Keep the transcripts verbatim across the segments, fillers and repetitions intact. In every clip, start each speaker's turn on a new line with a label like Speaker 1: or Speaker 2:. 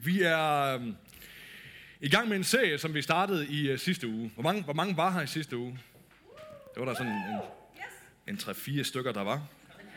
Speaker 1: Vi er øh, i gang med en serie, som vi startede i øh, sidste uge. Hvor mange, hvor mange var her i sidste uge? Det var der sådan en, en tre-fire stykker, der var.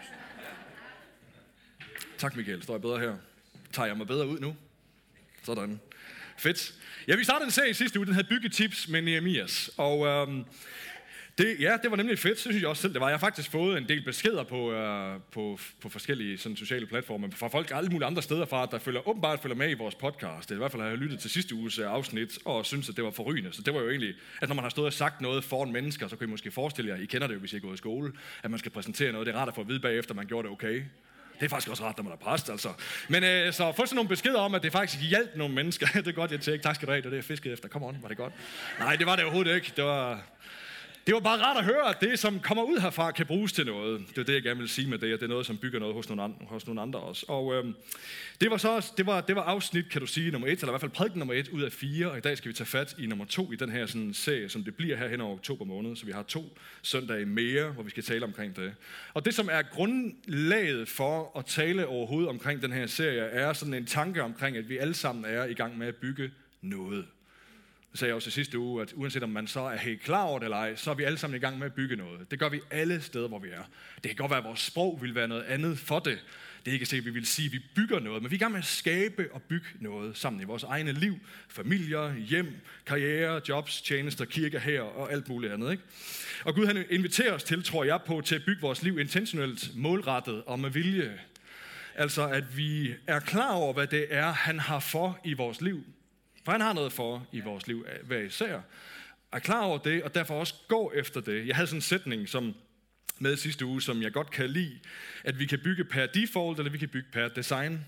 Speaker 1: Tak, Michael. Står jeg bedre her? Tager jeg mig bedre ud nu? Sådan. Fedt. Ja, vi startede en serie i sidste uge, den hed Byggetips med Nehemias. Og øhm, det, ja, det var nemlig fedt, synes jeg også selv det var. Jeg har faktisk fået en del beskeder på, øh, på, på forskellige sådan, sociale platforme fra folk alle mulige andre steder fra, der følger, åbenbart følger med i vores podcast. I hvert fald har jeg lyttet til sidste uges afsnit og synes, at det var forrygende. Så det var jo egentlig, at når man har stået og sagt noget foran mennesker, så kan I måske forestille jer, I kender det jo, hvis I er gået i skole, at man skal præsentere noget. Det er rart at få at vide bagefter, man gjorde det okay. Det er faktisk også ret, når man er præst, altså. Men øh, så få sådan nogle beskeder om, at det faktisk hjalp nogle mennesker. Det er godt, jeg tjekker. Tak skal du have, det er det, jeg fiskede efter. Come on, var det godt? Nej, det var det overhovedet ikke. Det var, det var bare rart at høre, at det, som kommer ud herfra, kan bruges til noget. Det er det, jeg gerne vil sige med det, at det er noget, som bygger noget hos nogle andre, hos nogle andre også. Og øh, det var så det var, det var afsnit, kan du sige, nummer et, eller i hvert fald prædiken nummer et ud af fire. Og i dag skal vi tage fat i nummer to i den her sådan, serie, som det bliver her hen over oktober måned. Så vi har to søndage mere, hvor vi skal tale omkring det. Og det, som er grundlaget for at tale overhovedet omkring den her serie, er sådan en tanke omkring, at vi alle sammen er i gang med at bygge noget. Det sagde jeg også i sidste uge, at uanset om man så er helt klar over det eller ej, så er vi alle sammen i gang med at bygge noget. Det gør vi alle steder, hvor vi er. Det kan godt være, at vores sprog vil være noget andet for det. Det er ikke sikkert, at vi vil sige, at vi bygger noget, men vi er i gang med at skabe og bygge noget sammen i vores egne liv, familier, hjem, karriere, jobs, tjenester, kirker her og alt muligt andet. Ikke? Og Gud han inviterer os til, tror jeg på, til at bygge vores liv intentionelt, målrettet og med vilje. Altså at vi er klar over, hvad det er, han har for i vores liv. For han har noget for i vores liv, hver især. Er klar over det, og derfor også går efter det. Jeg havde sådan en sætning som med sidste uge, som jeg godt kan lide, at vi kan bygge per default, eller vi kan bygge per design.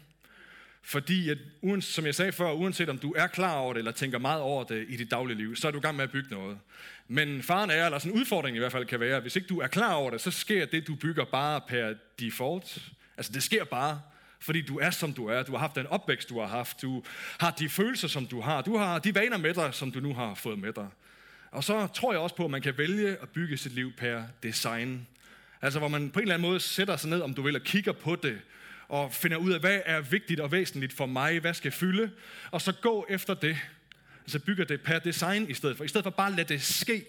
Speaker 1: Fordi, at, som jeg sagde før, uanset om du er klar over det, eller tænker meget over det i dit daglige liv, så er du i gang med at bygge noget. Men faren er, eller sådan en udfordring i hvert fald kan være, hvis ikke du er klar over det, så sker det, du bygger bare per default. Altså det sker bare. Fordi du er, som du er. Du har haft den opvækst, du har haft. Du har de følelser, som du har. Du har de vaner med dig, som du nu har fået med dig. Og så tror jeg også på, at man kan vælge at bygge sit liv per design. Altså, hvor man på en eller anden måde sætter sig ned, om du vil, og kigger på det. Og finder ud af, hvad er vigtigt og væsentligt for mig. Hvad skal fylde? Og så gå efter det. Altså bygger det per design i stedet for. I stedet for bare at lade det ske.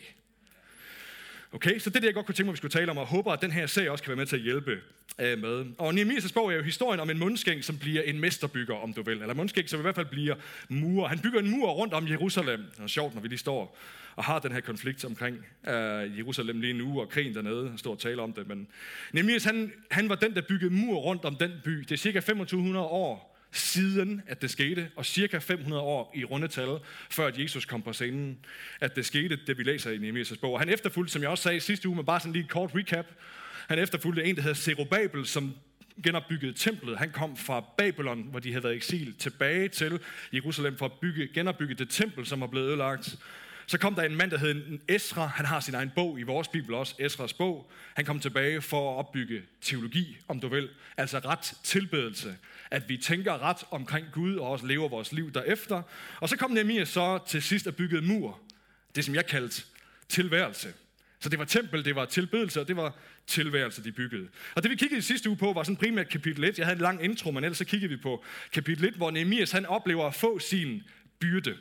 Speaker 1: Okay, så det er det, jeg godt kunne tænke mig, vi skulle tale om, og håber, at den her serie også kan være med til at hjælpe øh, med. Og Nehemias' bog er jo historien om en mundskænk, som bliver en mesterbygger, om du vil. Eller mundskænk, som i hvert fald bliver murer. Han bygger en mur rundt om Jerusalem. Det er sjovt, når vi lige står og har den her konflikt omkring øh, Jerusalem lige nu, og krigen dernede. Han står og taler om det. Men Nehemias, han, han var den, der byggede mur rundt om den by. Det er cirka femogtyve hundrede år siden, at det skete, og cirka fem hundrede år i rundetal, før at Jesus kom på scenen, at det skete, det vi læser i Nehemias' bog. Og han efterfulgte, som jeg også sagde sidste uge, med bare sådan lige et kort recap, han efterfulgte en, der hedder Zerubabel, som genopbyggede templet. Han kom fra Babylon, hvor de havde været i eksil, tilbage til Jerusalem for at bygge, genopbygge det tempel, som var blevet ødelagt. Så kom der en mand, der hed Esra. Han har sin egen bog i vores bibel også, Esras bog. Han kom tilbage for at opbygge teologi, om du vil. Altså ret tilbedelse. At vi tænker ret omkring Gud og også lever vores liv derefter. Og så kom Nehemias så til sidst og byggede mur. Det som jeg kaldte tilværelse. Så det var tempel, det var tilbedelse, og det var tilværelse, de byggede. Og det vi kiggede i sidste uge på, var sådan primært kapitel et. Jeg havde en lang intro, men ellers så kiggede vi på kapitel et, hvor Nehemias han oplever at få sin byrde.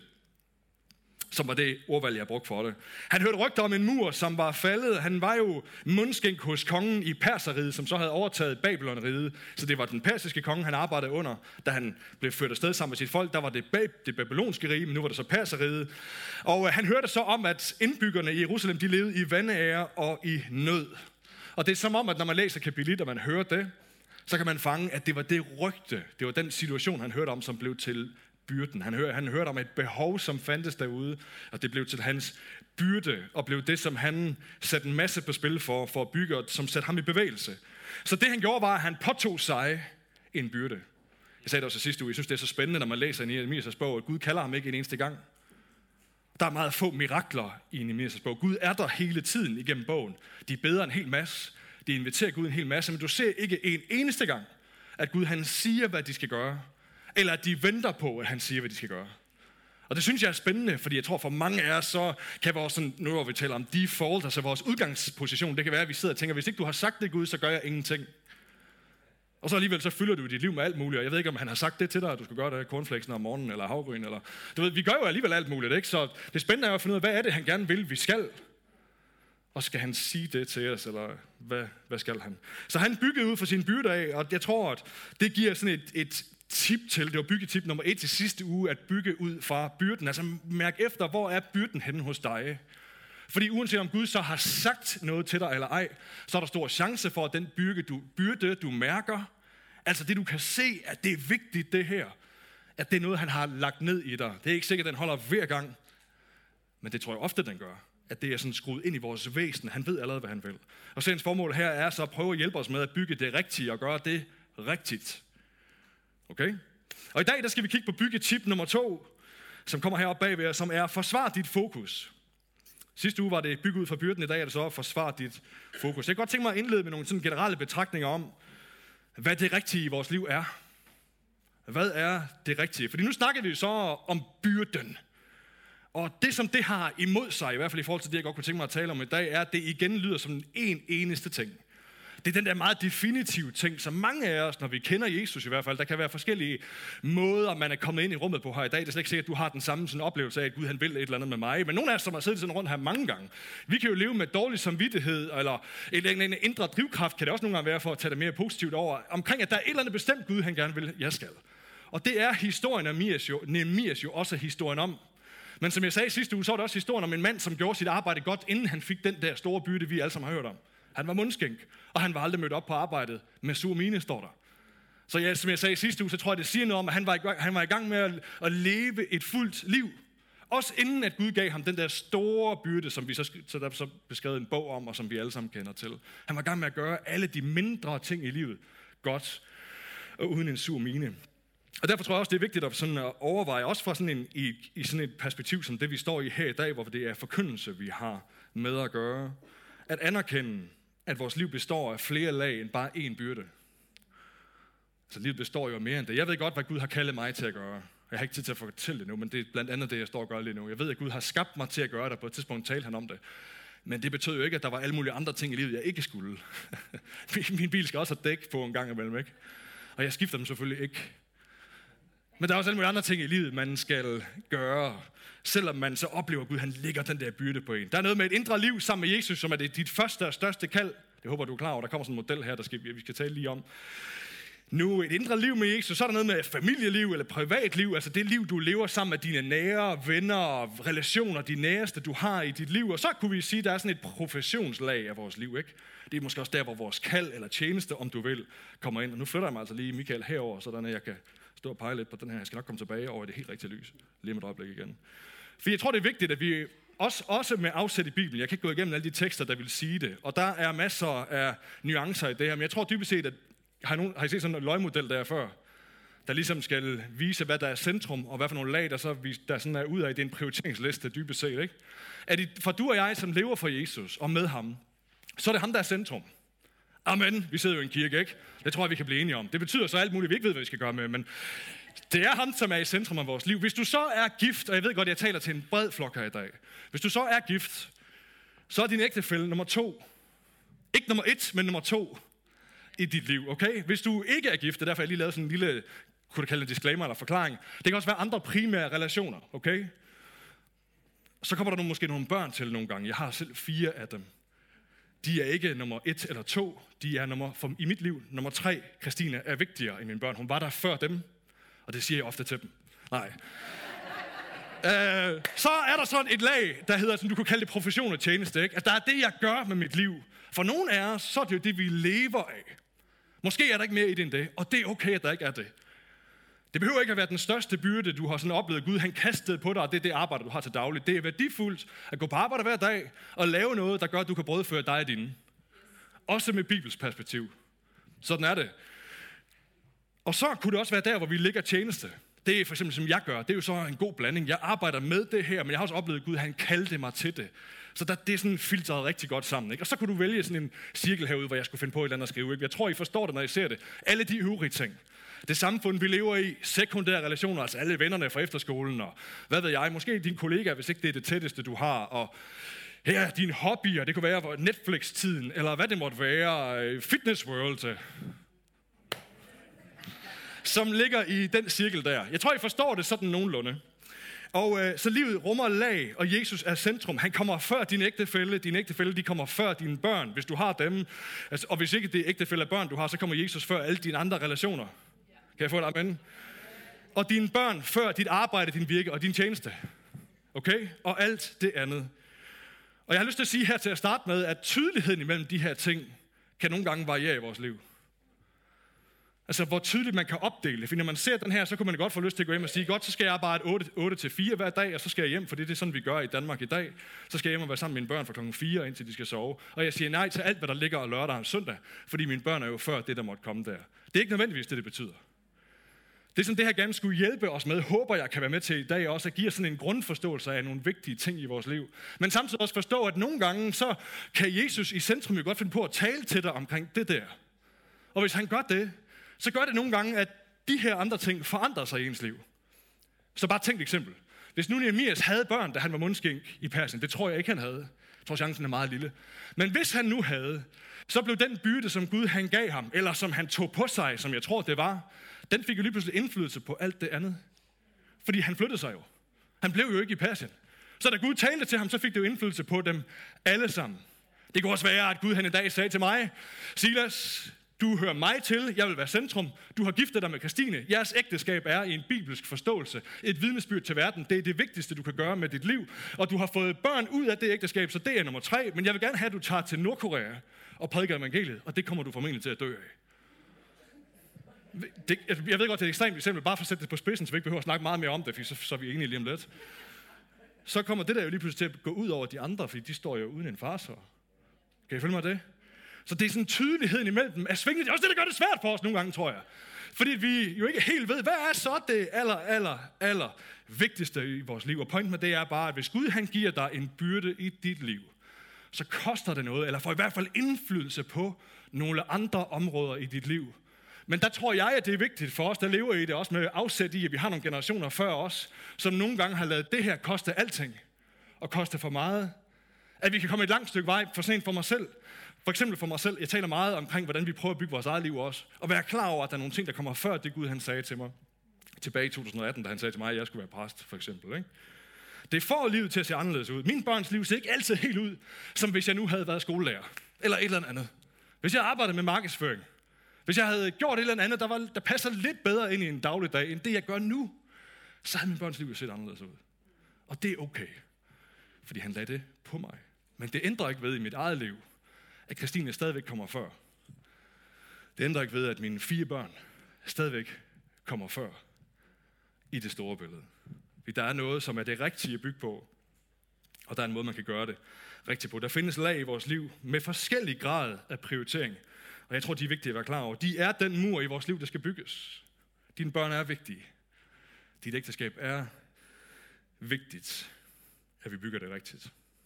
Speaker 1: Som var det ordvalg, jeg brugte for det. Han hørte rygter om en mur, som var faldet. Han var jo mundskænk hos kongen i Perserriget, som så havde overtaget Babylonriget. Så det var den persiske konge, han arbejdede under, da han blev ført afsted sammen med sit folk. Der var det, bab- det babylonske rige, men nu var det så Perserriget. Og øh, han hørte så om, at indbyggerne i Jerusalem, de levede i vanære og i nød. Og det er som om, at når man læser kapitel et, og man hører det, så kan man fange, at det var det rygte, det var den situation, han hørte om, som blev til byrden. Han hørte, han hørte om et behov, som fandtes derude, og det blev til hans byrde, og blev det, som han satte en masse på spil for, for at bygge, og som satte ham i bevægelse. Så det, han gjorde, var, at han påtog sig en byrde. Jeg sagde det også sidste uge, jeg synes, det er så spændende, når man læser i Nehemias' bog, at Gud kalder ham ikke en eneste gang. Der er meget få mirakler i Nehemias' bog. Gud er der hele tiden igennem bogen. De beder en hel masse, de inviterer Gud en hel masse, men du ser ikke en eneste gang, at Gud han siger, hvad de skal gøre, eller at de venter på, at han siger, hvad de skal gøre. Og det synes jeg er spændende, fordi jeg tror for mange af os, så kan vores, sådan, nu hvor vi taler om default, altså vores udgangsposition, det kan være, at vi sidder og tænker, hvis ikke du har sagt det, Gud, så gør jeg ingenting. Og så alligevel så fylder du dit liv med alt muligt, og jeg ved ikke, om han har sagt det til dig, at du skal gøre det, cornflakesen om morgenen, eller havgryn, eller... Du ved, vi gør jo alligevel alt muligt, ikke? Så det spændende er jo at finde ud af, hvad er det, han gerne vil, vi skal? Og skal han sige det til os, eller hvad, hvad skal han? Så han byggede ud for sin byrde, og jeg tror, at det giver sådan et, et tip til, det var byggetip nummer et til sidste uge, at bygge ud fra byrden. Altså mærk efter, hvor er byrden henne hos dig? Fordi uanset om Gud så har sagt noget til dig eller ej, så er der stor chance for, at den byrde, du, byrde, du mærker, altså det, du kan se, at det er vigtigt, det her, at det er noget, han har lagt ned i dig. Det er ikke sikkert, at den holder hver gang, men det tror jeg ofte, den gør. At det er sådan skruet ind i vores væsen. Han ved allerede, hvad han vil. Og så hans formål her er så at prøve at hjælpe os med at bygge det rigtige og gøre det rigtigt. Okay? Og i dag, der skal vi kigge på byggetip nummer to, som kommer heroppe bagved, som er forsvar dit fokus. Sidste uge var det bygge ud fra byrden, i dag er det så forsvar dit fokus. Jeg kan godt tænke mig at indlede med nogle sådan generelle betragtninger om, hvad det rigtige i vores liv er. Hvad er det rigtige? Fordi nu snakker vi så om byrden. Og det, som det har imod sig, i hvert fald i forhold til det, jeg godt kunne tænke mig at tale om i dag, er, at det igen lyder som en eneste ting. Det er den der meget definitive ting, som mange af os, når vi kender Jesus i hvert fald, der kan være forskellige måder, man er kommet ind i rummet på her i dag. Det er slet ikke sikkert, at du har den samme sådan oplevelse af, at Gud han vil et eller andet med mig. Men nogle af os, som har siddet sådan rundt her mange gange, vi kan jo leve med dårlig samvittighed, eller en, en indre drivkraft, kan det også nogle gange være for at tage det mere positivt over, omkring at der er et eller andet bestemt Gud, han gerne vil, jeg skal. Og det er historien af Nehemias jo, Nehemias jo også historien om. Men som jeg sagde sidste uge, så var det også historien om en mand, som gjorde sit arbejde godt, inden han fik den der store byrde, vi alle sammen har hørt om. Han var mundskænk, og han var aldrig mødt op på arbejdet med sur mine, står der. Så ja, som jeg sagde sidste uge, så tror jeg, det siger noget om, at han var i gang, han var i gang med at, at leve et fuldt liv. Også inden at Gud gav ham den der store byrde, som vi så, så der så beskrevet en bog om, og som vi alle sammen kender til. Han var i gang med at gøre alle de mindre ting i livet godt, og uden en sur mine. Og derfor tror jeg også, det er vigtigt at, sådan at overveje, også fra sådan en, i, i sådan et perspektiv som det, vi står i her i dag, hvor det er forkyndelse, vi har med at gøre, at anerkende, at vores liv består af flere lag end bare én byrde. Så livet består jo af mere end det. Jeg ved godt, hvad Gud har kaldet mig til at gøre. Jeg har ikke tid til at fortælle det nu, men det er blandt andet det, jeg står og gør lige nu. Jeg ved, at Gud har skabt mig til at gøre det, på et tidspunkt talte han om det. Men det betød jo ikke, at der var alle mulige andre ting i livet, jeg ikke skulle. Min bil skal også have dæk på en gang imellem, ikke? Og jeg skifter dem selvfølgelig ikke. Men der er også alle mulige andre ting i livet, man skal gøre, selvom man så oplever, at Gud han lægger den der byrde på en. Der er noget med et indre liv sammen med Jesus, som er det dit første og største kald. Det håber du er klar over. Der kommer sådan en model her, der skal, vi skal tale lige om. Nu, et indre liv med Jesus, så er der noget med familieliv eller privatliv, altså det liv, du lever sammen med dine nære venner, relationer, de næreste, du har i dit liv. Og så kunne vi sige, at der er sådan et professionslag af vores liv, ikke? Det er måske også der, hvor vores kald eller tjeneste, om du vil, kommer ind. Og nu flytter jeg mig altså lige Michael herover, sådan at jeg kan stå og pege lidt på den her. Jeg skal nok komme tilbage over i det helt rigtige lys. Lige med et øjeblik igen. For jeg tror, det er vigtigt, at vi også, også med afsæt i Bibelen, jeg kan ikke gå igennem alle de tekster, der vil sige det, og der er masser af nuancer i det her, men jeg tror dybest set, at har I, nogen, har I set sådan en løgmodel der før, der ligesom skal vise, hvad der er centrum, og hvad for nogle lag, der så der sådan er ud af, det er en prioriteringsliste dybest set, ikke? At I, for du og jeg, som lever for Jesus og med ham, så er det ham, der er centrum. Amen. Vi sidder jo i en kirke, ikke? Det tror jeg, vi kan blive enige om. Det betyder så alt muligt, vi ikke ved, hvad vi skal gøre med, men det er ham, som er i centrum af vores liv. Hvis du så er gift, og jeg ved godt, jeg taler til en bred flok her i dag. Hvis du så er gift, så er din ægtefælle nummer to. Ikke nummer et, men nummer to i dit liv, okay? Hvis du ikke er gift, og derfor har jeg lige lavet sådan en lille, kunne du kalde en disclaimer eller forklaring. Det kan også være andre primære relationer, okay? Så kommer der nu måske nogle børn til nogle gange. Jeg har selv fire af dem. De er ikke nummer et eller to. De er nummer, for, i mit liv, nummer tre. Christine er vigtigere end mine børn. Hun var der før dem, og det siger jeg ofte til dem. Nej. øh, så er der sådan et lag, der hedder, som du kunne kalde det profession og tjeneste, ikke? At der er det, jeg gør med mit liv. For nogle af os, så er det jo det, vi lever af. Måske er der ikke mere i det end det, og det er okay, at der ikke er det. Det behøver ikke at være den største byrde, du har sådan oplevet. Gud, han kastede på dig, og det er det arbejde, du har til dagligt. Det er værdifuldt at gå på arbejde hver dag og lave noget, der gør, at du kan brødføre dig og dine. Også med Bibels perspektiv. Sådan er det. Og så kunne det også være der, hvor vi ligger tjeneste. Det er for eksempel, som jeg gør. Det er jo så en god blanding. Jeg arbejder med det her, men jeg har også oplevet, at Gud, han kaldte mig til det. Så der, det er sådan filtreret rigtig godt sammen, ikke? Og så kunne du vælge sådan en cirkel herude, hvor jeg skulle finde på et eller andet at skrive, ikke? Jeg tror, I forstår det, når I ser det. Alle de øvrige ting. Det samfund, vi lever i, sekundære relationer, altså alle vennerne fra efterskolen, og hvad ved jeg, måske dine kollegaer, hvis ikke det er det tætteste, du har, og her dine hobbyer, det kunne være Netflix-tiden, eller hvad det måtte være, Fitness World. som ligger i den cirkel der. Jeg tror, I forstår det sådan nogenlunde. Og øh, så livet rummer lag, og Jesus er centrum. Han kommer før din ægtefælle. Din ægtefælle, de kommer før dine børn, hvis du har dem. Altså, og hvis ikke det er ægtefælle af børn, du har, så kommer Jesus før alle dine andre relationer. Kan jeg få et amen? Og dine børn før dit arbejde, din virke og din tjeneste. Okay? Og alt det andet. Og jeg har lyst til at sige her til at starte med, at tydeligheden imellem de her ting kan nogle gange variere i vores liv. Altså, hvor tydeligt man kan opdele. For når man ser den her, så kunne man godt få lyst til at gå hjem og sige, godt, så skal jeg arbejde otte til fire hver dag, og så skal jeg hjem, for det er sådan, vi gør i Danmark i dag. Så skal jeg hjem og være sammen med mine børn fra klokken fire, indtil de skal sove. Og jeg siger nej til alt, hvad der ligger lørdag og søndag, fordi mine børn er jo før det, der måtte komme der. Det er ikke nødvendigvis det, det betyder. Det er sådan, det her gerne skulle hjælpe os med, håber jeg kan være med til i dag også, at give os sådan en grundforståelse af nogle vigtige ting i vores liv. Men samtidig også forstå, at nogle gange, så kan Jesus i centrum jo godt finde på at tale til dig omkring det der. Og hvis han gør det, så gør det nogle gange, at de her andre ting forandrer sig i ens liv. Så bare tænk et eksempel. Hvis nu Nehemias havde børn, da han var mundskænk i Persien, det tror jeg ikke, han havde. Jeg tror, chancen er meget lille. Men hvis han nu havde, så blev den byrde, som Gud han gav ham, eller som han tog på sig, som jeg tror, det var, den fik jo lige pludselig indflydelse på alt det andet. Fordi han flyttede sig jo. Han blev jo ikke i Persien. Så da Gud talte til ham, så fik det jo indflydelse på dem alle sammen. Det kunne også være, at Gud han en dag sagde til mig, Silas, du hører mig til, jeg vil være centrum. Du har giftet dig med Christine. Jeres ægteskab er i en bibelsk forståelse. Et vidnesbyrd til verden. Det er det vigtigste, du kan gøre med dit liv. Og du har fået børn ud af det ægteskab, så det er nummer tre. Men jeg vil gerne have, at du tager til Nordkorea og prædiker evangeliet. Og det kommer du formentlig til at dø af. Det, jeg ved godt, det er et ekstremt eksempel. Bare for at sætte det på spidsen, så vi ikke behøver at snakke meget mere om det, for så, så er vi enige lige om lidt. Så kommer det der jo lige pludselig til at gå ud over de andre, fordi de står jo uden en far, så. Kan I følge mig det? Så det er sådan tydeligheden imellem dem er svingende. Det er også det, der gør det svært for os nogle gange, tror jeg. Fordi vi jo ikke helt ved, hvad er så det aller, aller, aller vigtigste i vores liv. Og pointen med det er bare, at hvis Gud han giver dig en byrde i dit liv, så koster det noget, eller får i hvert fald indflydelse på nogle andre områder i dit liv. Men der tror jeg, at det er vigtigt for os, der lever i det, også med afsæt i, at vi har nogle generationer før os, som nogle gange har ladet det her koste alting, og koste for meget. At vi kan komme et langt stykke vej for sent for mig selv. For eksempel for mig selv, jeg taler meget omkring, hvordan vi prøver at bygge vores eget liv også. Og være klar over, at der er nogle ting, der kommer før det Gud, han sagde til mig. Tilbage i to tusind atten, da han sagde til mig, at jeg skulle være præst, for eksempel. Ikke? Det får livet til at se anderledes ud. Min børns liv ser ikke altid helt ud, som hvis jeg nu havde været skolelærer. Eller et eller andet. Hvis jeg arbejdede med markedsføring. Hvis jeg havde gjort et eller andet, der, var, der passer lidt bedre ind i en dagligdag, end det jeg gør nu, så havde min børns liv set anderledes ud. Og det er okay. Fordi han lagde det på mig. Men det ændrer ikke ved i mit eget liv, at Christine stadigvæk kommer før. Det ændrer ikke ved, at mine fire børn stadigvæk kommer før i det store billede. Fordi der er noget, som er det rigtige at bygge på, og der er en måde, man kan gøre det rigtigt på. Der findes lag i vores liv med forskellig grad af prioritering, og jeg tror, de er vigtige at være klar over. De er den mur i vores liv, der skal bygges. Dine børn er vigtige. Dit ægteskab er vigtigt, at vi bygger det rigtigt.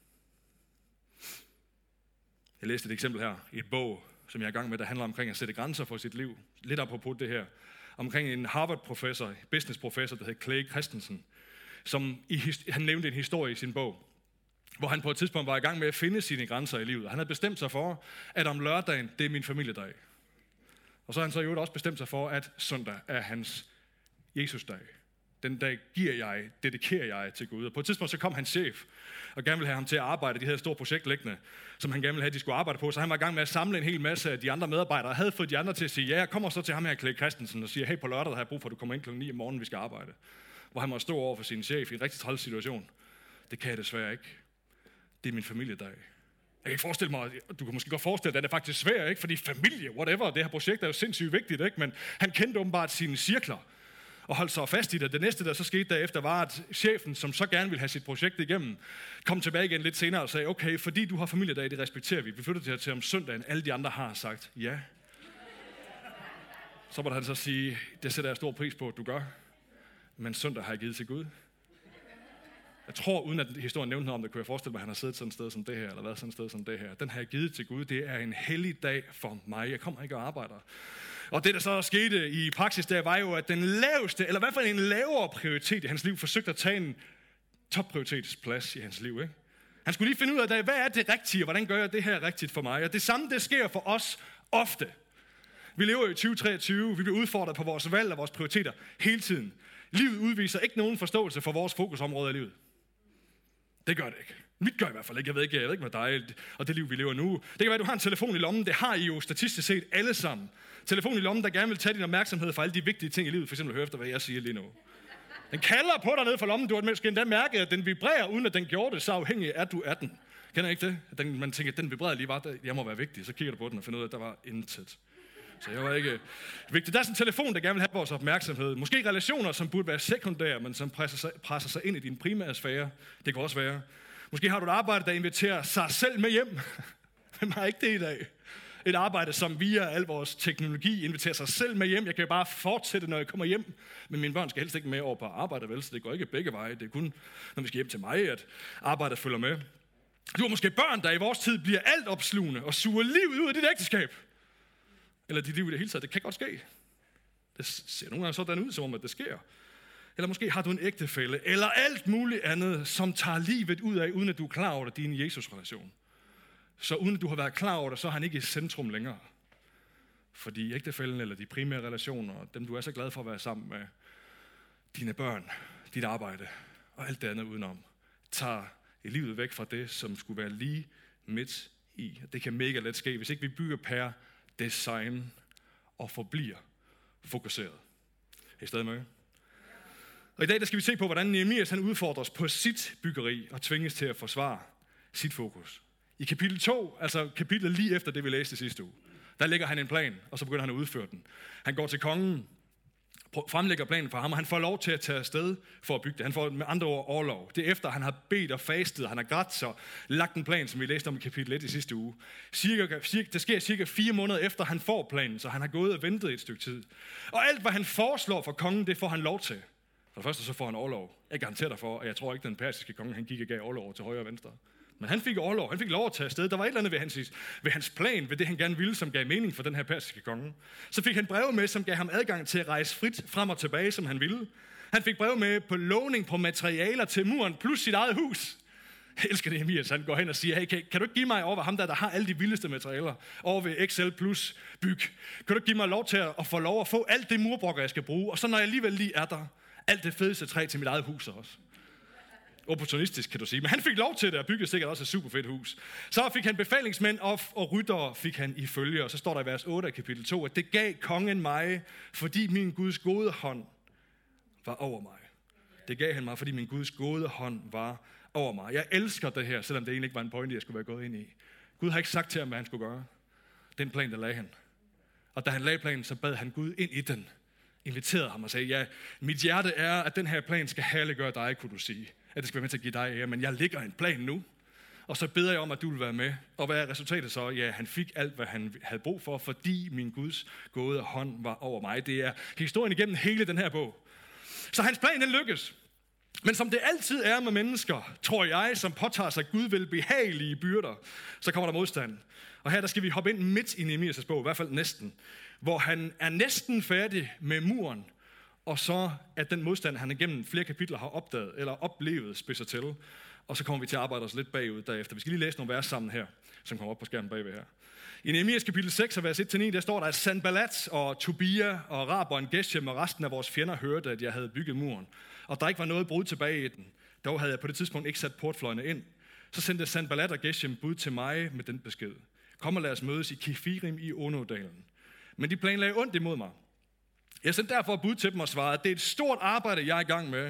Speaker 1: Jeg læste et eksempel her i et bog, som jeg er i gang med, der handler omkring at sætte grænser for sit liv. Lidt apropos det her. Omkring en Harvard-professor, business-professor, der hed Clay Christensen, som i, han nævnte en historie i sin bog, hvor han på et tidspunkt var i gang med at finde sine grænser i livet. Han havde bestemt sig for, at om lørdagen, det er min familiedag. Og så har han så jo også bestemt sig for, at søndag er hans Jesusdag. Den dag giver jeg, dedikerer jeg til Gud. Og på et tidspunkt så kom hans chef, og gerne ville have ham til at arbejde. De havde et stort projekt liggende, som han gerne ville have, de skulle arbejde på. Så han var i gang med at samle en hel masse af de andre medarbejdere, og havde fået de andre til at sige, ja, jeg kommer så til ham her, Clay Christensen, og siger, hey, på lørdag har jeg brug for, at du kommer ind klokken ni om morgenen, vi skal arbejde. Hvor han må stå over for sin chef i en rigtig træls situation. Det kan jeg desværre ikke. Det er min familiedag. Jeg kan ikke forestille mig, du kan måske godt forestille dig, at det er faktisk svært, ikke? Fordi familie, whatever, det her projekt er jo sindssygt vigtigt, ikke? Men han kendte åbenbart sine cirkler og holdt sig fast i det. Det næste, der så skete derefter, var, at chefen, som så gerne ville have sit projekt igennem, kom tilbage igen lidt senere og sagde, okay, fordi du har familiedag, det respekterer vi. Vi flytter det her til om søndagen. Alle de andre har sagt ja. Så måtte han så sige, det sætter jeg stor pris på, at du gør. Men søndag har jeg givet til Gud. Jeg tror, uden at historien nævnte noget om det, kunne jeg forestille mig, at han har siddet sådan et sted som det her, eller været sådan et sted som det her. Den har jeg givet til Gud. Det er en hellig dag for mig. Jeg kommer ikke og arbejder. Og det, der så skete i praksis, der var jo, at den laveste, eller i hvert fald en lavere prioritet i hans liv, forsøgte at tage en topprioritetsplads i hans liv. Ikke? Han skulle lige finde ud af, hvad er det rigtige, og hvordan gør jeg det her rigtigt for mig? Og det samme, det sker for os ofte. Vi lever i tyve treogtyve, vi bliver udfordret på vores valg og vores prioriteter hele tiden. Livet udviser ikke nogen forståelse for vores fokusområde i livet. Det gør det ikke. Mit gør i hvert fald ikke. Jeg ved ikke, jeg ved ikke med dig og det liv, vi lever nu. Det kan være, at du har en telefon i lommen. Det har I jo statistisk set alle sammen. Telefon i lommen, der gerne vil tage din opmærksomhed for alle de vigtige ting i livet. For eksempel høre efter, hvad jeg siger lige nu. Den kalder på dig ned fra lommen. Du har måske endda mærket, at den vibrerer, uden at den gjorde det. Så afhængig er du af den. Kender I ikke det? At den, man tænker, at den vibrerede lige var, der, jeg må være vigtig. Så kigger du på den og finder ud af, at der var intet. Så jeg var ikke vigtig. Der er sådan en telefon, der gerne vil have vores opmærksomhed. Måske relationer, som burde være sekundære, men som presser sig, presser sig ind i din primære sfære. Det kan også være. Måske har du et arbejde, der inviterer sig selv med hjem. Hvem har ikke det i dag? Et arbejde, som via al vores teknologi inviterer sig selv med hjem. Jeg kan jo bare fortsætte, når jeg kommer hjem. Men mine børn skal helst ikke med over på arbejde, vel? Så det går ikke begge veje. Det er kun, når vi skal hjem til mig, at arbejdet følger med. Du har måske børn, der i vores tid bliver alt opslugende og suger livet ud af dit ægteskab. Eller dit liv i det hele taget. Det kan godt ske. Det ser nogle gange sådan ud, som om at det sker. Eller måske har du en ægtefælle, eller alt muligt andet, som tager livet ud af, uden at du er klar over det, din Jesus-relation. Så uden at du har været klar over det, så er han ikke i centrum længere. Fordi ægtefællen eller de primære relationer, dem du er så glad for at være sammen med, dine børn, dit arbejde og alt det andet udenom, tager livet væk fra det, som skulle være lige midt i. Det kan mega let ske, hvis ikke vi bygger per design og forbliver fokuseret. Er I stadig med? Og i dag der skal vi se på, hvordan Nehemias han udfordres på sit byggeri og tvinges til at forsvare sit fokus. I kapitel to, altså kapitlet lige efter det, vi læste sidste uge, der lægger han en plan, og så begynder han at udføre den. Han går til kongen, fremlægger planen for ham, og han får lov til at tage afsted for at bygge det. Han får med andre ord overlov. Det er efter, han har bedt og fastet, han har grædt sig, lagt en plan, som vi læste om i kapitel et i sidste uge. Cirka, cirka, det sker cirka fire måneder efter, han får planen, så han har gået og ventet et stykke tid. Og alt, hvad han foreslår for kongen, det får han lov til. For det første så får han overlov. Jeg garanterer dig for, at jeg tror ikke, den persiske konge, han gik og gav overlov til højre og venstre. Men han fik overlov, han fik lov at tage afsted. Der var et eller andet ved hans, ved hans plan, ved det han gerne ville, som gav mening for den her persiske konge. Så fik han breve med, som gav ham adgang til at rejse frit frem og tilbage, som han ville. Han fik breve med på låning på materialer til muren, plus sit eget hus. Jeg elsker det, Nehemias, han går hen og siger, hey, kan, kan du ikke give mig over ham der, der har alle de vildeste materialer, over ved Excel plus byg. Kan du ikke give mig lov til at, at få lov at få alt det murbrokker, jeg skal bruge, og så når jeg alligevel lige er der, alt det fedeste træ til mit eget hus også. Opportunistisk, kan du sige. Men han fik lov til det, og byggede sikkert også et super fedt hus. Så fik han befalingsmænd og, og ryttere fik han i følge, og så står der i vers otte af kapitel to, at det gav kongen mig, fordi min Guds gode hånd var over mig. Det gav han mig, fordi min Guds gode hånd var over mig. Jeg elsker det her, selvom det egentlig ikke var en pointe, jeg skulle være gået ind i. Gud har ikke sagt til ham, hvad han skulle gøre. Den plan, der lagde han. Og da han lagde planen, så bad han Gud ind i den. Inviterede ham og sagde, ja, mit hjerte er, at den her plan skal herliggøre dig, kunne du sige. At det skal være med til at give dig ære, men jeg lægger en plan nu. Og så beder jeg om, at du vil være med. Og hvad er resultatet så? Ja, han fik alt, hvad han havde brug for, fordi min Guds gode hånd var over mig. Det er historien igennem hele den her bog. Så hans plan, den lykkes. Men som det altid er med mennesker, tror jeg, som påtager sig Gud vil behagelige byrder, så kommer der modstand. Og her der skal vi hoppe ind midt i Nehemias' bog, i hvert fald næsten, hvor han er næsten færdig med muren, og så at den modstand, han igennem flere kapitler har opdaget eller oplevet, spidser til. Og så kommer vi til at arbejde os lidt bagud derefter. Vi skal lige læse nogle vers sammen her, som kommer op på skærmen bagved her. I Nehemias kapitel seks, vers et til ni, der står der, at Sanballat og Tobia og Raberen Geshem og resten af vores fjender hørte, at jeg havde bygget muren. Og der ikke var noget brud tilbage i den. Dog havde jeg på det tidspunkt ikke sat portfløjene ind. Så sendte Sanballat og Geshem bud til mig med den besked. Kom og lad os mødes i Kefirim i Onodalen. Men de planlagde ondt imod mig. Jeg sendte derfor bud til dem og svarede, at det er et stort arbejde, jeg er i gang med,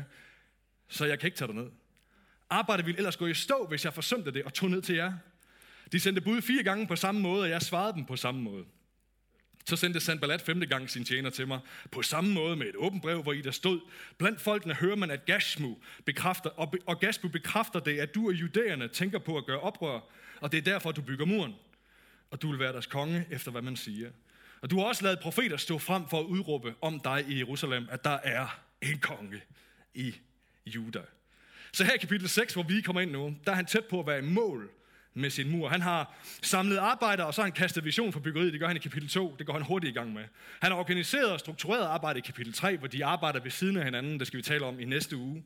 Speaker 1: så jeg kan ikke tage det ned. Arbejdet ville ellers gå i stå, hvis jeg forsømte det og tog ned til jer. De sendte bud fire gange på samme måde, og jeg svarede dem på samme måde. Så sendte Sanballat femte gang sin tjener til mig, på samme måde med et åbent brev, hvor i der stod, blandt folkene hører man, at Gashmu bekræfter, og, be, og Gashmu bekræfter det, at du og judæerne tænker på at gøre oprør, og det er derfor, du bygger muren. Og du vil være deres konge, efter hvad man siger. Og du har også lavet profeter stå frem for at udråbe om dig i Jerusalem, at der er en konge i Juda. Så her i kapitel seks, hvor vi kommer ind nu, der er han tæt på at være i mål med sin mur. Han har samlet arbejder, og så har han kastet vision for byggeriet. Det gør han i kapitel to. Det går han hurtigt i gang med. Han har organiseret og struktureret arbejde i kapitel tre, hvor de arbejder ved siden af hinanden. Det skal vi tale om i næste uge.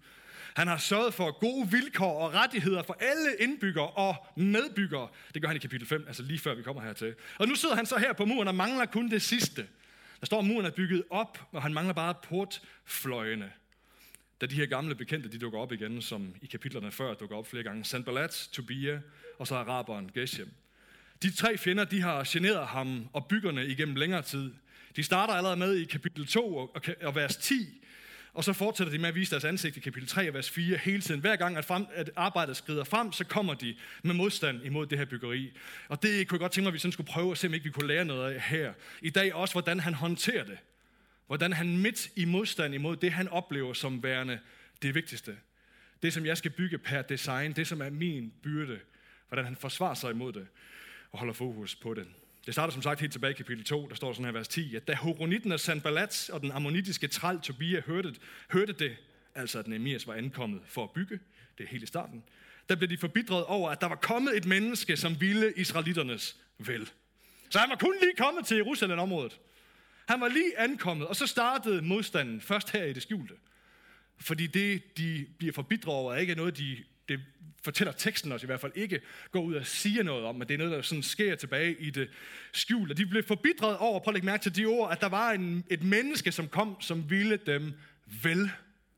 Speaker 1: Han har sørget for gode vilkår og rettigheder for alle indbyggere og medbyggere. Det gør han i kapitel fem, altså lige før vi kommer hertil. Og nu sidder han så her på muren og mangler kun det sidste. Der står, at muren er bygget op, og han mangler bare portfløjene. Da de her gamle bekendte, de dukker op igen, som i kapitlerne før dukker op flere gange. Sanballat, Tobia og så araberen Geshem. De tre fjender, de har generet ham og byggerne igennem længere tid. De starter allerede med i kapitel to og, og vers ti, og så fortsætter de med at vise deres ansigt i kapitel tre og vers fire hele tiden. Hver gang, at, frem, at arbejdet skrider frem, så kommer de med modstand imod det her byggeri. Og det kunne jeg godt tænke mig, at vi sådan skulle prøve at se, om ikke vi kunne lære noget af her. I dag også, hvordan han håndterer det. Hvordan han midt i modstand imod det, han oplever som værende det vigtigste. Det, som jeg skal bygge per design, det, som er min byrde. Hvordan han forsvarer sig imod det og holder fokus på det. Det starter som sagt helt tilbage i kapitel to, der står sådan her vers ti, at da horonitten af Sanballat og den ammonitiske træl Tobia hørte, hørte det, altså at Nehemias var ankommet for at bygge, det er helt i starten, der blev de forbitret over, at der var kommet et menneske, som ville israelitternes vel. Så han var kun lige kommet til Jerusalem-området. Han var lige ankommet, og så startede modstanden først her i det skjulte. Fordi det, de bliver forbitret over, er ikke noget, de, det fortæller teksten os i hvert fald ikke, går ud og siger noget om, men det er noget, der sådan sker tilbage i det skjulte. De blev forbitret over, prøv at lægge mærke til de ord, at der var en, et menneske, som kom, som ville dem vel.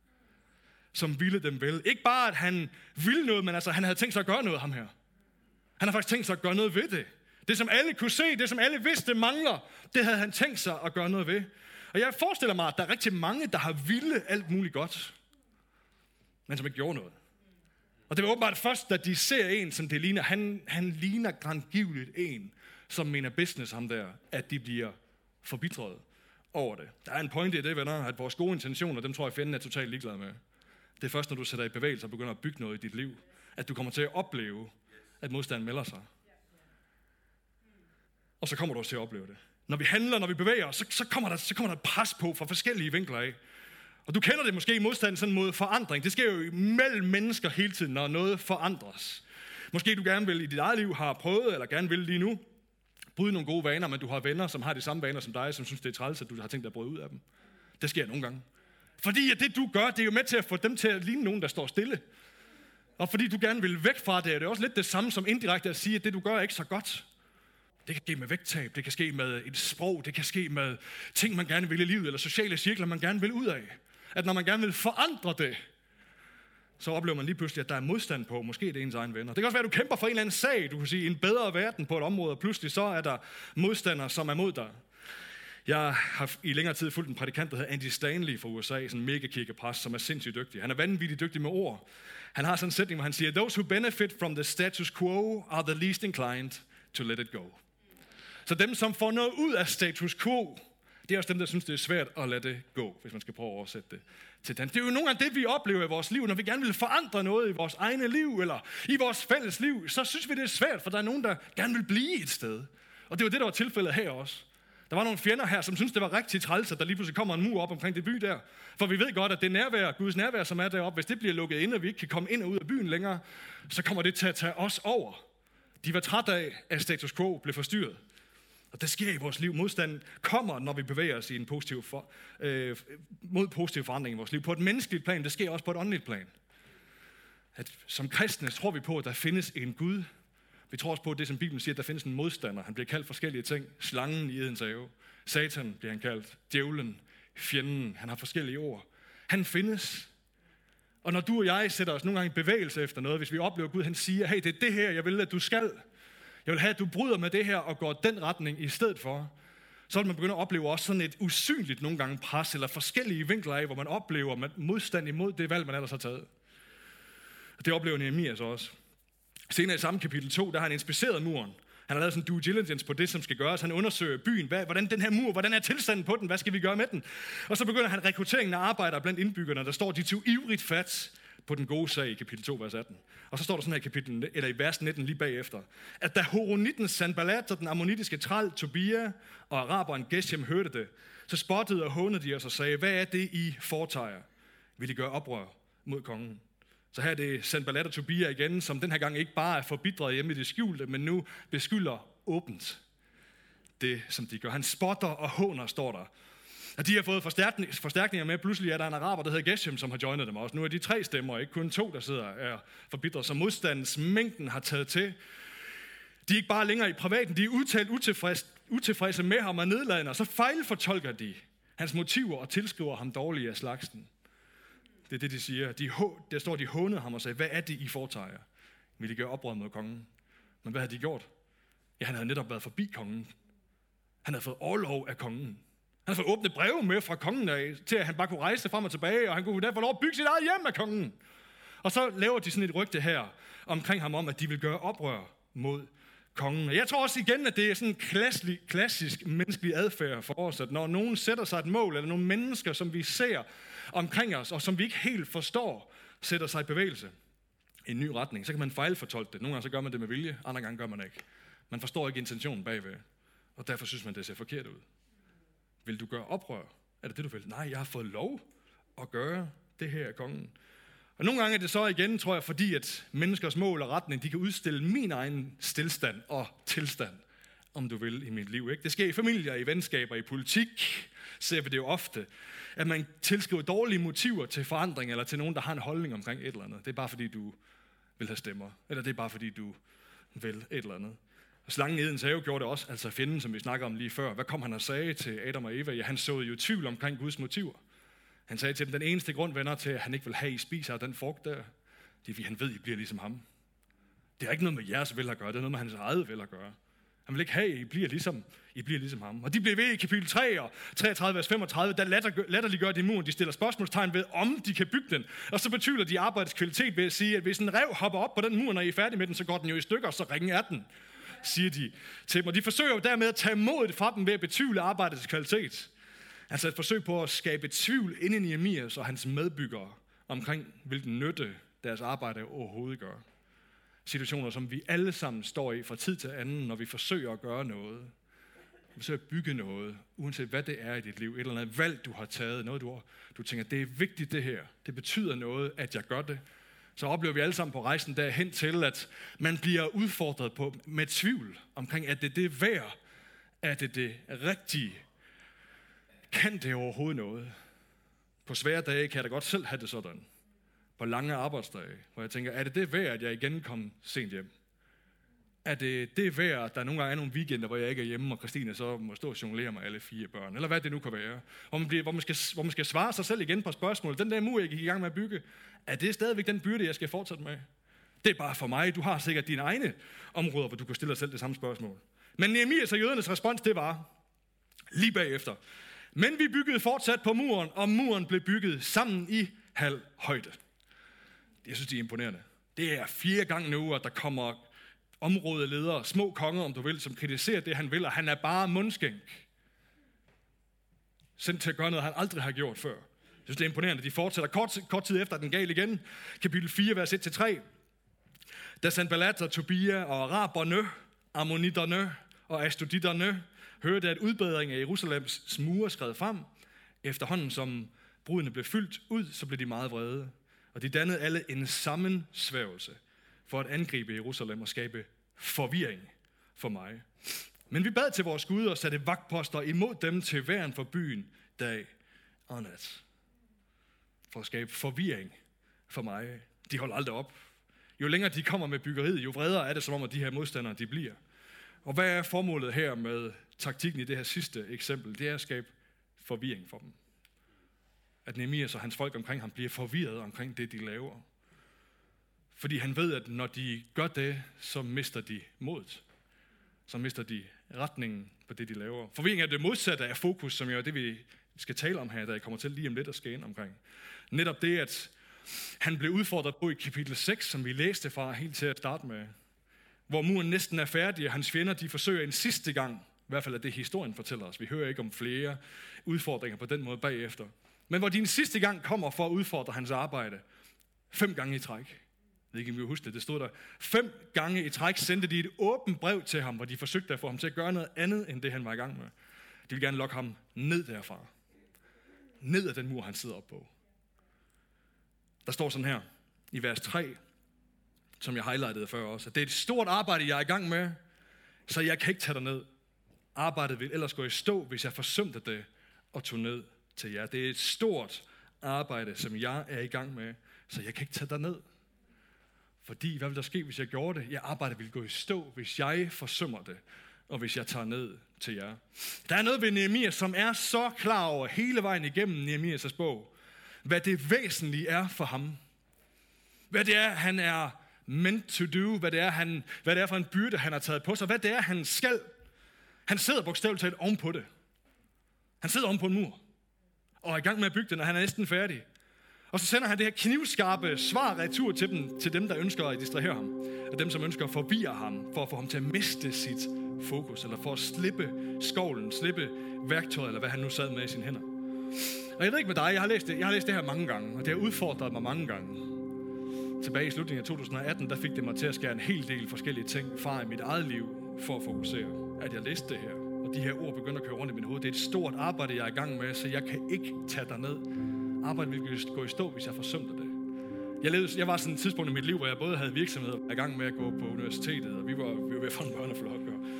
Speaker 1: Som ville dem vel. Ikke bare, at han ville noget, men altså, han havde tænkt sig at gøre noget, ham her. Han har faktisk tænkt sig at gøre noget ved det. Det, som alle kunne se, det, som alle vidste mangler, det havde han tænkt sig at gøre noget ved. Og jeg forestiller mig, at der er rigtig mange, der har ville alt muligt godt, men som ikke gjorde noget. Og det var åbenbart først, da de ser en, som det ligner, han, han ligner grandgiveligt en, som mener business ham der, at de bliver forbitret over det. Der er en pointe i det, venner, at vores gode intentioner, dem tror jeg, fjenden er totalt ligeglad med. Det er først, når du sætter i bevægelse og begynder at bygge noget i dit liv, at du kommer til at opleve, at modstanden melder sig. Og så kommer du også til at opleve det. Når vi handler, når vi bevæger os, så, så, kommer der, så kommer der et pres på fra forskellige vinkler af. Og du kender det måske i modstand sådan mod forandring. Det sker jo mellem mennesker hele tiden, når noget forandres. Måske du gerne vil i dit eget liv har prøvet, eller gerne vil lige nu, bryde nogle gode vaner, men du har venner, som har de samme vaner som dig, som synes, det er træls, at du har tænkt dig at bryde ud af dem. Det sker nogle gange. Fordi at det, du gør, det er jo med til at få dem til at ligne nogen, der står stille. Og fordi du gerne vil væk fra det, er det også lidt det samme som indirekte at sige, at det, du gør, er ikke så godt. Det kan ske med vægttab, det kan ske med et sprog, det kan ske med ting, man gerne vil i livet, eller sociale cirkler, man gerne vil ud af. At når man gerne vil forandre det, så oplever man lige pludselig, at der er modstand på, måske det er ens egen venner. Det kan også være, at du kæmper for en eller anden sag, du kan sige, en bedre verden på et område, og pludselig så er der modstandere, som er mod dig. Jeg har i længere tid fulgt en prædikant, der hedder Andy Stanley fra U S A, sådan en mega kirkepræst, som er sindssygt dygtig. Han er vanvittigt dygtig med ord. Han har sådan en sætning, hvor han siger, those who benefit from the status quo are the least inclined to let it go. Så dem, som får noget ud af status quo, det er også dem, der synes, det er svært at lade det gå, hvis man skal prøve at oversætte det til dansk. Det er jo nogle gange det, vi oplever i vores liv, når vi gerne vil forandre noget i vores egne liv, eller i vores fælles liv, så synes vi, det er svært, for der er nogen, der gerne vil blive et sted. Og det var det, der var tilfældet her også. Der var nogle fjender her, som synes det var rigtig træls, at der lige pludselig kommer en mur op omkring det by der. For vi ved godt, at det nærvær, Guds nærvær, som er deroppe, hvis det bliver lukket ind, og vi ikke kan komme ind og ud af byen længere, så kommer det til at tage os over. De var træt af, at status quo blev forstyrret. Og det sker i vores liv. Modstanden kommer, når vi bevæger os i en positiv for, øh, mod positiv forandring i vores liv. På et menneskeligt plan, det sker også på et åndeligt plan. At som kristne tror vi på, at der findes en Gud. Vi tror også på, at det som Bibelen siger, at der findes en modstander. Han bliver kaldt forskellige ting. Slangen i Edens have. Satan bliver han kaldt. Djævlen. Fjenden. Han har forskellige ord. Han findes. Og når du og jeg sætter os nogle gange i bevægelse efter noget, hvis vi oplever Gud, han siger, hey, det er det her, jeg vil, at du skal. Jeg vil have, at du bryder med det her og går den retning i stedet for. Så vil man begynde at opleve også sådan et usynligt nogle gange pres, eller forskellige vinkler af, hvor man oplever modstand imod det valg, man ellers har taget. Og det oplever Nehemias også. Senere i samme kapitel to, der har han inspiceret muren. Han har lavet sådan en due diligence på det, som skal gøres. Han undersøger byen. Hvad, hvordan den her mur, hvordan er tilstanden på den? Hvad skal vi gøre med den? Og så begynder han rekrutteringen af arbejdere blandt indbyggerne. Der står, de tog ivrigt fat på den gode sag i kapitel to, vers atten. Og så står der sådan her i kapitel, eller i vers nitten lige bagefter, at da horonitten Sanballat og den ammonitiske træl Tobia og araberen Geshem hørte det, så spottede og hånede de os og sagde, hvad er det, I foretager? Vil I gøre oprør mod kongen? Så her er det Sanballat og Tobia igen, som den her gang ikke bare er forbitret hjemme i det skjulte, men nu beskylder åbent det, som de gør. Han spotter og håner, står der. Og de har fået forstærkning, forstærkninger med. Pludselig er der en araber, der hedder Geshem, som har joinet dem også. Nu er de tre stemmer, ikke kun to, der sidder er forbitret. Så modstandsmængden har taget til. De er ikke bare længere i privaten, de er udtalt utilfredse, utilfredse med ham og nedladende, og så fejlfortolker de hans motiver og tilskriver ham dårlige af slagsen. Det er det, de siger. De, der står, de hånede ham og sagde, hvad er det, I foretager? Vil de gøre oprør mod kongen? Men hvad havde de gjort? Ja, han havde netop været forbi kongen. Han havde fået overlov af kongen. Han havde fået åbnet breve med fra kongen af, til at han bare kunne rejse frem og tilbage, og han kunne derfor lov at bygge sit eget hjem af kongen. Og så laver de sådan et rygte her omkring ham om, at de vil gøre oprør mod kongen. Og jeg tror også igen, at det er sådan en klassisk, klassisk menneskelig adfærd for os, at når nogen sætter sig et mål, eller nogle mennesker, som vi ser omkring os, og som vi ikke helt forstår, sætter sig i bevægelse i en ny retning, så kan man fejlfortolke det. Nogle gange så gør man det med vilje, andre gange gør man ikke. Man forstår ikke intentionen bagved, og derfor synes man, det ser forkert ud. Vil du gøre oprør? Er det det, du vil? Nej, jeg har fået lov at gøre det her af kongen. Og nogle gange er det så igen, tror jeg, fordi at menneskers mål og retning, de kan udstille min egen stilstand og tilstand, om du vil, i mit liv. Ikke? Det sker i familier, i venskaber, i politik, ser vi det jo ofte, at man tilskriver dårlige motiver til forandring, eller til nogen, der har en holdning omkring et eller andet. Det er bare fordi, du vil have stemmer, eller det er bare fordi, du vil et eller andet. Og slangen i Edens have gjorde det også, altså fjenden, som vi snakker om lige før. Hvad kom han og sagde til Adam og Eva? Ja, han såede jo tvivl omkring Guds motiver. Han sagde til dem, den eneste grund, venner, til at han ikke vil have, I spiser af den frugt der, det er, fordi han ved, I bliver ligesom ham. Det har ikke noget med jeres vel at gøre, det er noget med hans eget vel at gøre. Han vil ikke have, I bliver ligesom, I bliver ligesom ham. Og de bliver ved i kapitel tre og treogtredive, vers femogtredive, der latter, latterliggør de muren. De stiller spørgsmålstegn ved, om de kan bygge den. Og så betyder de arbejdets kvalitet ved at sige, at hvis en rev hopper op på den mur, når I er færdige med den, så går den jo i stykker, så ringen er den, siger de til dem. Og de forsøger jo dermed at tage modet fra dem ved at betvivle arbejdets kvalitet. Altså et forsøg på at skabe tvivl inde i Nehemias og hans medbyggere omkring, hvilken nytte deres arbejde overhovedet gør. Situationer, som vi alle sammen står i fra tid til anden, når vi forsøger at gøre noget. Vi forsøger at bygge noget, uanset hvad det er i dit liv. Et eller andet valg, du har taget. Noget, du, har, du tænker, det er vigtigt det her. Det betyder noget, at jeg gør det. Så oplever vi alle sammen på rejsen derhen til, at man bliver udfordret på, med tvivl omkring, at det, det er værd. Er det det rigtige? Kan det overhovedet noget? På svære dage kan jeg da godt selv have det sådan. På lange arbejdsdage, hvor jeg tænker, er det det værd, at jeg igen kom sent hjem? Er det det værd, at der nogle gange er nogle weekender, hvor jeg ikke er hjemme, og Christine så må stå og jonglere med alle fire børn? Eller hvad det nu kan være. Hvor man, bliver, hvor man, skal, hvor man skal svare sig selv igen på spørgsmålet. Den der mur, jeg gik i gang med at bygge, er det stadigvæk den byrde, jeg skal fortsætte med? Det er bare for mig. Du har sikkert dine egne områder, hvor du kan stille dig selv det samme spørgsmål. Men Nehemias og jødernes respons, det var lige bagefter. Men vi byggede fortsat på muren, og muren blev bygget sammen i halv højde. Jeg synes, det er imponerende. Det er fjerde gang nu, at der kommer områdeledere, små konger, om du vil, som kritiserer det, han vil, og han er bare mundskænk. Sendt til at gøre noget, han aldrig har gjort før. Jeg synes, det er imponerende. De fortsætter kort, kort tid efter, den gal igen. Kapitel fire, vers et til tre. Da Sanballat og Tobia og araberne, ammonitterne og astoditterne hørte, at udbedringen af Jerusalems mure skred frem, efterhånden som brudene blev fyldt ud, så blev de meget vrede. Og de dannede alle en sammensværgelse for at angribe Jerusalem og skabe forvirring for mig. Men vi bad til vores Gud og satte vagtposter imod dem til væren for byen dag og nat. For at skabe forvirring for mig. De holder aldrig op. Jo længere de kommer med byggeriet, jo vredere er det som om, at de her modstandere de bliver. Og hvad er formålet her med taktikken i det her sidste eksempel? Det er at skabe forvirring for dem. At Nehemias og hans folk omkring ham bliver forvirret omkring det, de laver. Fordi han ved, at når de gør det, så mister de modet. Så mister de retningen på det, de laver. Forvirring er det modsatte af fokus, som jo er det, vi skal tale om her, da jeg kommer til lige om lidt at skal ind omkring. Netop det, at han blev udfordret på i kapitel seks, som vi læste fra helt til at starte med. Hvor muren næsten er færdig, og hans fjender de forsøger en sidste gang, i hvert fald er det historien fortæller os. Vi hører ikke om flere udfordringer på den måde bagefter. Men hvor de en sidste gang kommer for at udfordre hans arbejde, fem gange i træk. Jeg ved ikke, om vi husker det. Det stod der. Fem gange i træk sendte de et åbent brev til ham, hvor de forsøgte at få ham til at gøre noget andet, end det han var i gang med. De ville gerne lokke ham ned derfra. Ned af den mur, han sidder op på. Der står sådan her i vers tre, som jeg highlightede før også, at det er et stort arbejde, jeg er i gang med, så jeg kan ikke tage dig ned. Arbejdet vil ellers gå i stå, hvis jeg forsømte det og tog ned til jer. Det er et stort arbejde, som jeg er i gang med, så jeg kan ikke tage dig ned. Fordi, hvad vil der ske, hvis jeg gjorde det? Jeg arbejder vil gå i stå, hvis jeg forsømmer det, og hvis jeg tager ned til jer. Der er noget ved Nehemias, som er så klar over hele vejen igennem Nehemias' bog, hvad det væsentlige er for ham. Hvad det er, han er meant to do, hvad det er, han, hvad det er for en byrde, han har taget på sig, hvad det er, han skal. Han sidder bogstaveligt talt oven på det. Han sidder oven på en mur, og er i gang med at bygge den, og han er næsten færdig. Og så sender han det her knivskarpe svar retur til dem, til dem, der ønsker at distrahere ham. Og dem, som ønsker at forvirre ham, for at få ham til at miste sit fokus, eller for at slippe skovlen, slippe værktøjet, eller hvad han nu sad med i sine hænder. Og jeg ved ikke med dig, jeg har læst det, jeg har læst det her mange gange, og det har udfordret mig mange gange. Tilbage i slutningen af to tusind atten, der fik det mig til at skære en hel del forskellige ting fra i mit eget liv, for at fokusere, at jeg læste det her. Og de her ord begynder at køre rundt i mit hoved. Det er et stort arbejde, jeg er i gang med, så jeg kan ikke tage dig ned. Arbejdet vil gå i stå, hvis jeg forsømte det. Jeg, levede, jeg var sådan et tidspunkt i mit liv, hvor jeg både havde virksomheder og i gang med at gå på universitetet, og vi var, vi var ved at få en børneflok.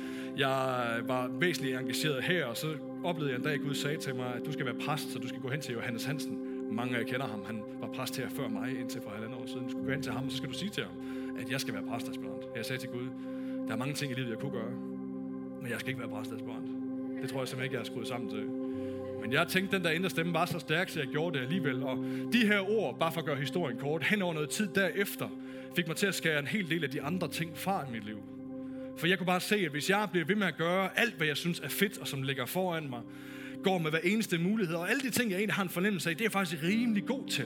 Speaker 1: Jeg var væsentligt engageret her, og så oplevede jeg en dag, at Gud sagde til mig, at du skal være præst, så du skal gå hen til Johannes Hansen. Mange af jer kender ham. Han var præst her før mig, indtil for halvandet år siden. Du skal gå hen til ham, og så skal du sige til ham, at jeg skal være præstaspirant. Jeg sagde til Gud, der er mange ting i livet, jeg kunne gøre, men jeg skal ikke være præstaspirant. Det tror jeg simpelthen ikke, jeg er skruet sammen til. Men jeg tænkte, den der indre stemme var så stærk, så jeg gjorde det alligevel. Og de her ord, bare for at gøre historien kort, hen over noget tid derefter, fik mig til at skære en hel del af de andre ting fra i mit liv. For jeg kunne bare se, at hvis jeg bliver ved med at gøre alt, hvad jeg synes er fedt, og som ligger foran mig, går med hver eneste mulighed, og alle de ting, jeg egentlig har en fornemmelse af, det er jeg faktisk rimelig god til,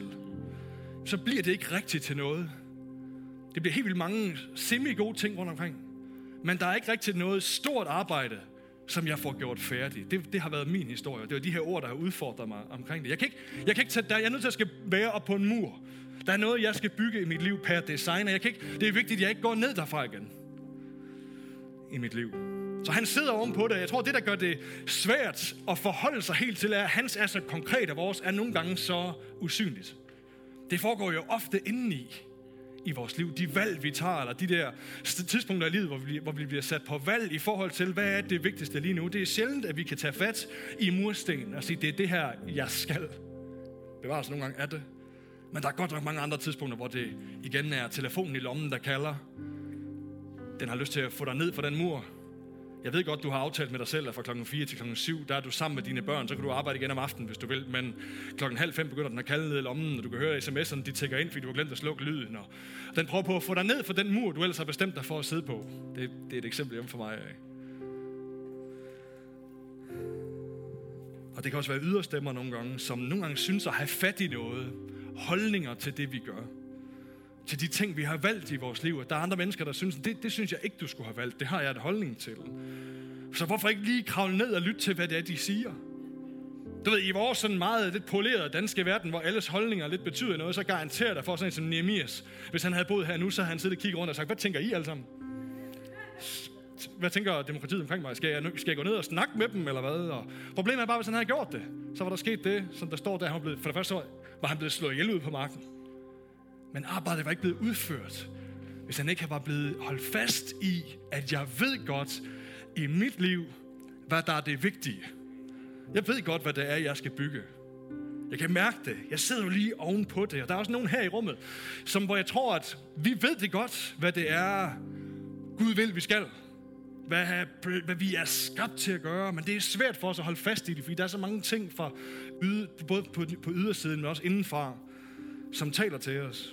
Speaker 1: så bliver det ikke rigtigt til noget. Det bliver helt vildt mange semi-gode ting rundt omkring. Men der er ikke rigtig noget stort arbejde, som jeg får gjort færdigt. Det, det har været min historie. Det var de her ord, der har udfordret mig omkring det. Jeg kan ikke, jeg kan ikke tage, der, jeg er nødt til at skal være op på en mur. Der er noget, jeg skal bygge i mit liv per design, og jeg kan ikke, det er vigtigt, at jeg ikke går ned derfra igen i mit liv. Så han sidder ovenpå det. Jeg tror, det, der gør det svært at forholde sig helt til, er, at hans er så konkret, og vores er nogle gange så usynligt. Det foregår jo ofte indeni i vores liv. De valg, vi tager, eller de der tidspunkter i livet, hvor vi, hvor vi bliver sat på valg i forhold til, hvad er det vigtigste lige nu. Det er sjældent, at vi kan tage fat i mursten og sige, det er det her, jeg skal. Bevares nogle gange er det. Men der er godt nok mange andre tidspunkter, hvor det igen er telefonen i lommen, der kalder. Den har lyst til at få dig ned fra den mur. Jeg ved godt, du har aftalt med dig selv, at fra klokken fire til klokken syv, der er du sammen med dine børn, så kan du arbejde igen om aftenen, hvis du vil. Men klokken halv fem begynder den at kalde ned i lommen, og du kan høre sms'erne, de tækker ind, fordi du har glemt at slukke lyden. Og den prøver på at få dig ned fra den mur, du ellers har bestemt dig for at sidde på. Det, det er et eksempel hjemme for mig. Og det kan også være yderstemmer nogle gange, som nogle gange synes at have fat i noget. Holdninger til det, vi gør. Til de ting, vi har valgt i vores liv. Der er andre mennesker, der synes, det, det synes jeg ikke, du skulle have valgt. Det har jeg et holdning til. Så hvorfor ikke lige kravle ned og lytte til, hvad det er, de siger? Du ved, i vores sådan meget lidt polerede danske verden, hvor alles holdninger lidt betyder noget, så garanterer der for sådan en som Nehemias. Hvis han havde boet her nu, så havde han siddet og kigget rundt og sagt, hvad tænker I alle sammen? Hvad tænker demokratiet omkring mig? Skal jeg, skal jeg gå ned og snakke med dem, eller hvad? Og problemet er bare, hvis han havde gjort det, så var der sket det, som der står der. Han var blevet, for det første var han blevet slået ihjel ud på marken. Men arbejdet var ikke blevet udført, hvis han ikke var blevet holdt fast i, at jeg ved godt i mit liv, hvad der er det vigtige. Jeg ved godt, hvad det er, jeg skal bygge. Jeg kan mærke det. Jeg sidder jo lige ovenpå det. Og der er også nogen her i rummet, som, hvor jeg tror, at vi ved det godt, hvad det er, Gud vil, vi skal. Hvad, hvad vi er skabt til at gøre. Men det er svært for os at holde fast i det, fordi der er så mange ting fra yde, både på, på ydersiden, men også indenfra, som taler til os.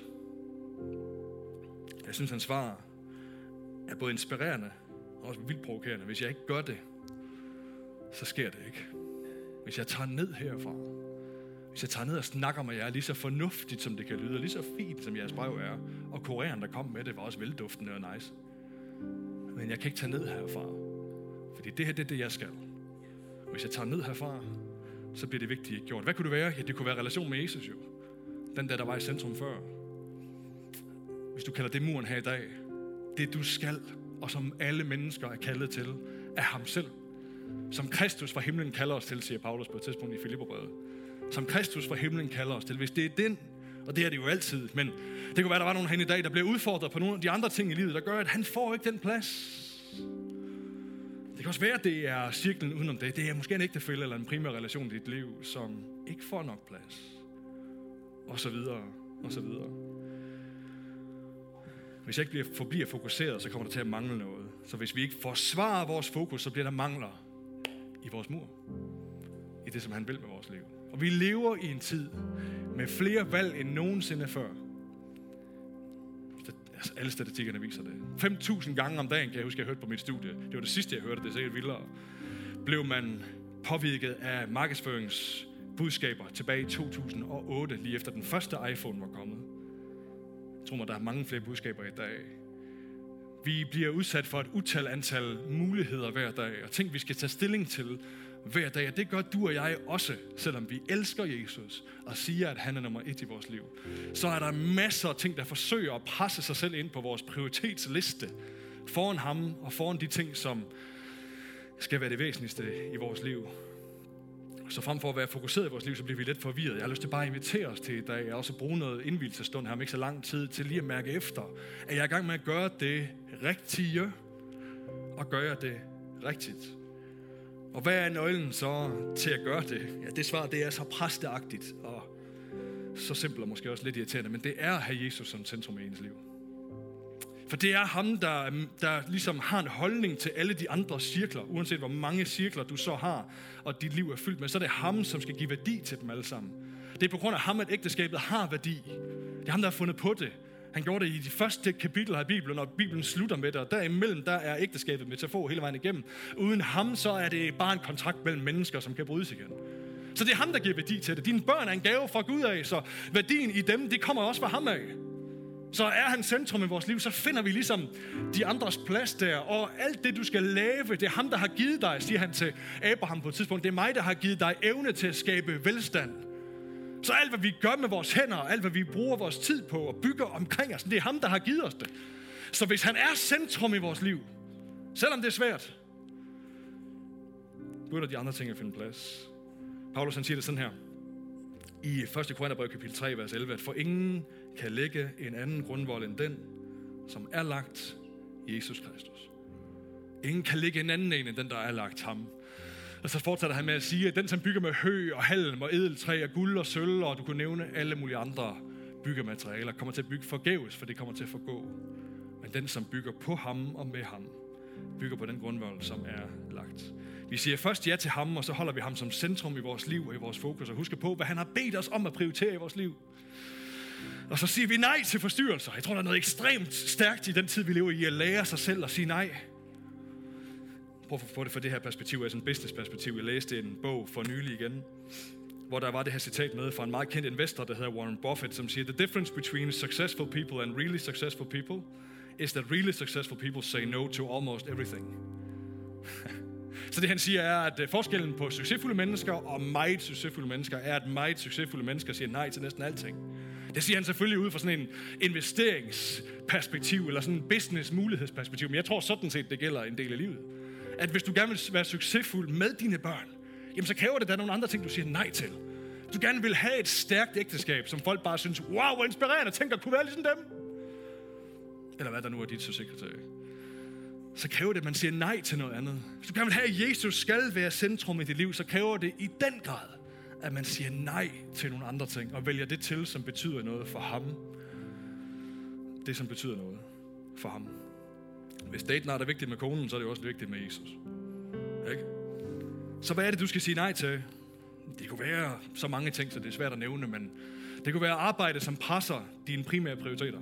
Speaker 1: Jeg synes, hans svar er både inspirerende og også vildt provokerende. Hvis jeg ikke gør det, så sker det ikke. Hvis jeg tager ned herfra, hvis jeg tager ned og snakker med jer lige så fornuftigt, som det kan lyde, og lige så fint, som jeres brev er, og korean, der kom med det, var også velduftende og nice. Men jeg kan ikke tage ned herfra, fordi det her, det er det, jeg skal. Hvis jeg tager ned herfra, så bliver det vigtigt gjort. Hvad kunne det være? Ja, det kunne være relation med Jesus jo. Den der, der var i centrum før. Hvis du kalder det muren her i dag, det du skal, og som alle mennesker er kaldet til, er ham selv. Som Kristus fra himlen kalder os til, siger Paulus på et tidspunkt i Filipperbrevet. Som Kristus fra himlen kalder os til. Hvis det er den, og det er det jo altid, men det kunne være, der var nogen hen i dag, der bliver udfordret på nogle af de andre ting i livet, der gør, at han får ikke den plads. Det kan også være, at det er cirklen udenom det. Det er måske en ægtefælle eller en primær relation i dit liv, som ikke får nok plads. Og så videre, og så videre. Hvis jeg ikke bliver, forbliver fokuseret, så kommer der til at mangle noget. Så hvis vi ikke forsvarer vores fokus, så bliver der mangler i vores mur. I det, som han vil med vores liv. Og vi lever i en tid med flere valg end nogensinde før. Altså, alle statistikkerne viser det. fem tusind gange om dagen, kan jeg huske, jeg hørte på mit studie. Det var det sidste, jeg hørte, det er sikkert vildere. Blev man påvirket af markedsføringsbudskaber tilbage i to tusind og otte, lige efter den første iPhone var kommet. Jeg tror mig, der er mange flere budskaber i dag. Vi bliver udsat for et utal antal muligheder hver dag, og ting, vi skal tage stilling til hver dag. Og det gør du og jeg også, selvom vi elsker Jesus og siger, at han er nummer et i vores liv. Så er der masser af ting, der forsøger at presse sig selv ind på vores prioritetsliste foran ham og foran de ting, som skal være det væsentligste i vores liv. Så frem for at være fokuseret i vores liv, så bliver vi lidt forvirret. Jeg har lyst til bare at invitere os til i dag. Jeg har også brugt noget indvielsesstund her om ikke så lang tid til lige at mærke efter, at jeg er i gang med at gøre det rigtige, og gør jeg det rigtigt. Og hvad er nøglen så til at gøre det? Ja, det svar, det er så præsteagtigt, og så simpelt og måske også lidt irriterende, men det er at have Jesus som centrum i ens liv. For det er ham, der, der ligesom har en holdning til alle de andre cirkler, uanset hvor mange cirkler du så har, og dit liv er fyldt med, så er det ham, som skal give værdi til dem alle sammen. Det er på grund af ham, at ægteskabet har værdi. Det er ham, der har fundet på det. Han gjorde det i de første kapitler af Bibelen, og Bibelen slutter med det, og derimellem, der er ægteskabet metafor hele vejen igennem. Uden ham, så er det bare en kontrakt mellem mennesker, som kan brydes igen. Så det er ham, der giver værdi til det. Dine børn er en gave fra Gud af, så værdien i dem, det kommer også fra ham af. Så er han centrum i vores liv, så finder vi ligesom de andres plads der. Og alt det, du skal lave, det er ham, der har givet dig, siger han til Abraham på et tidspunkt. Det er mig, der har givet dig evne til at skabe velstand. Så alt, hvad vi gør med vores hænder, alt, hvad vi bruger vores tid på og bygger omkring os, det er ham, der har givet os det. Så hvis han er centrum i vores liv, selvom det er svært, begynder de andre ting at finde plads. Paulus han siger det sådan her, i første Korintherbrev kapitel tre, vers elleve, at for ingen kan lægge en anden grundvold end den, som er lagt Jesus Kristus. Ingen kan lægge en anden en end den, der er lagt ham. Og så fortsætter han med at sige, at den, som bygger med hø og halm og edeltræ og guld og sølv, og du kunne nævne alle mulige andre byggematerialer, kommer til at bygge forgæves, for det kommer til at forgå. Men den, som bygger på ham og med ham, bygger på den grundvold, som er lagt. Vi siger først ja til ham, og så holder vi ham som centrum i vores liv og i vores fokus, og husker på, hvad han har bedt os om at prioritere i vores liv. Og så siger vi nej til forstyrrelser. Jeg tror, der er noget ekstremt stærkt i den tid, vi lever i, at lære sig selv at sige nej. Prøv at få det fra det her perspektiv, altså en business-perspektiv. Jeg læste en bog for nylig igen, hvor der var det her citat med fra en meget kendt investor, der hedder Warren Buffett, som siger, the difference between successful people and really successful people is that really successful people say no to almost everything. Så det han siger er, at forskellen på succesfulde mennesker og meget succesfulde mennesker er, at meget succesfulde mennesker siger nej til næsten alting. Det siger han selvfølgelig ud fra sådan en investeringsperspektiv, eller sådan en business-mulighedsperspektiv, men jeg tror sådan set, det gælder en del af livet. At hvis du gerne vil være succesfuld med dine børn, jamen så kræver det, at der er nogle andre ting, du siger nej til. Hvis du gerne vil have et stærkt ægteskab, som folk bare synes, wow, hvor inspirerende, tænker, kunne være ligesom dem. Eller hvad der nu er dit succeskriterie. Så kræver det, at man siger nej til noget andet. Hvis du gerne vil have, at Jesus skal være centrum i dit liv, så kræver det i den grad, at man siger nej til nogle andre ting, og vælger det til, som betyder noget for ham. Det, som betyder noget for ham. Hvis daten er vigtigt med konen, så er det jo også vigtigt med Jesus. Ikke? Så hvad er det, du skal sige nej til? Det kunne være så mange ting, så det er svært at nævne, men det kunne være arbejde, som presser dine primære prioriteter.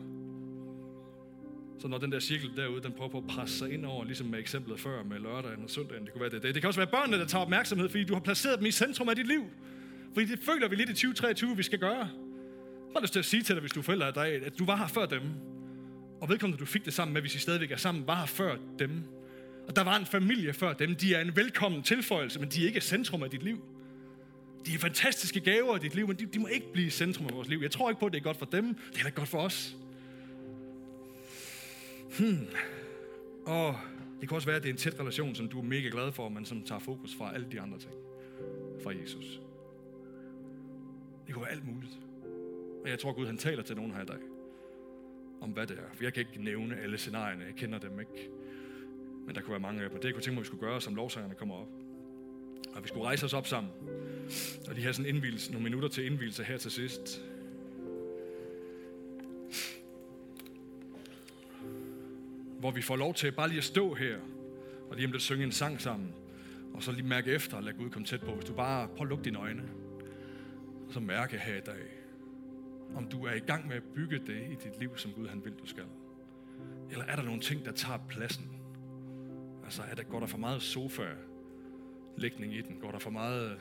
Speaker 1: Så når den der cirkel derude, den prøver på at presse sig ind over, ligesom med eksemplet før med lørdagen og søndagen, det kunne være det. Det kan også være børnene, der tager opmærksomhed, fordi du har placeret dem i centrum af dit liv. Fordi det føler vi lidt i tyve treogtyve, vi skal gøre. Jeg har lyst til at sige til dig, hvis du er forældre af dig, at du var her før dem. Og vedkommende, du fik det sammen med, hvis I stadigvæk er sammen, var her før dem. Og der var en familie før dem. De er en velkommen tilføjelse, men de er ikke centrum af dit liv. De er fantastiske gaver i dit liv, men de, de må ikke blive centrum af vores liv. Jeg tror ikke på, at det er godt for dem. Det er heller ikke godt for os. Hmm. Og det kan også være, at det er en tæt relation, som du er mega glad for, men som tager fokus fra alle de andre ting. Fra Jesus. Det kunne være alt muligt. Og jeg tror, Gud han taler til nogen her i dag. Om hvad det er. For jeg kan ikke nævne alle scenarierne. Jeg kender dem ikke. Men der kunne være mange af dem. Det jeg kunne tænke mig, vi skulle gøre, som lovsangerne kommer op. Og vi skulle rejse os op sammen. Og de har sådan indvielse, nogle minutter til indvielse her til sidst. Hvor vi får lov til bare lige at stå her, og lige om lidt synge en sang sammen. Og så lige mærke efter og lade Gud komme tæt på. Hvis du bare prøver at lukke dine øjne. Og så mærke her i dag, om du er i gang med at bygge det i dit liv, som Gud han vil, du skal. Eller er der nogle ting, der tager pladsen? Altså, er der, går der for meget sofa-lægning i den? Går der for meget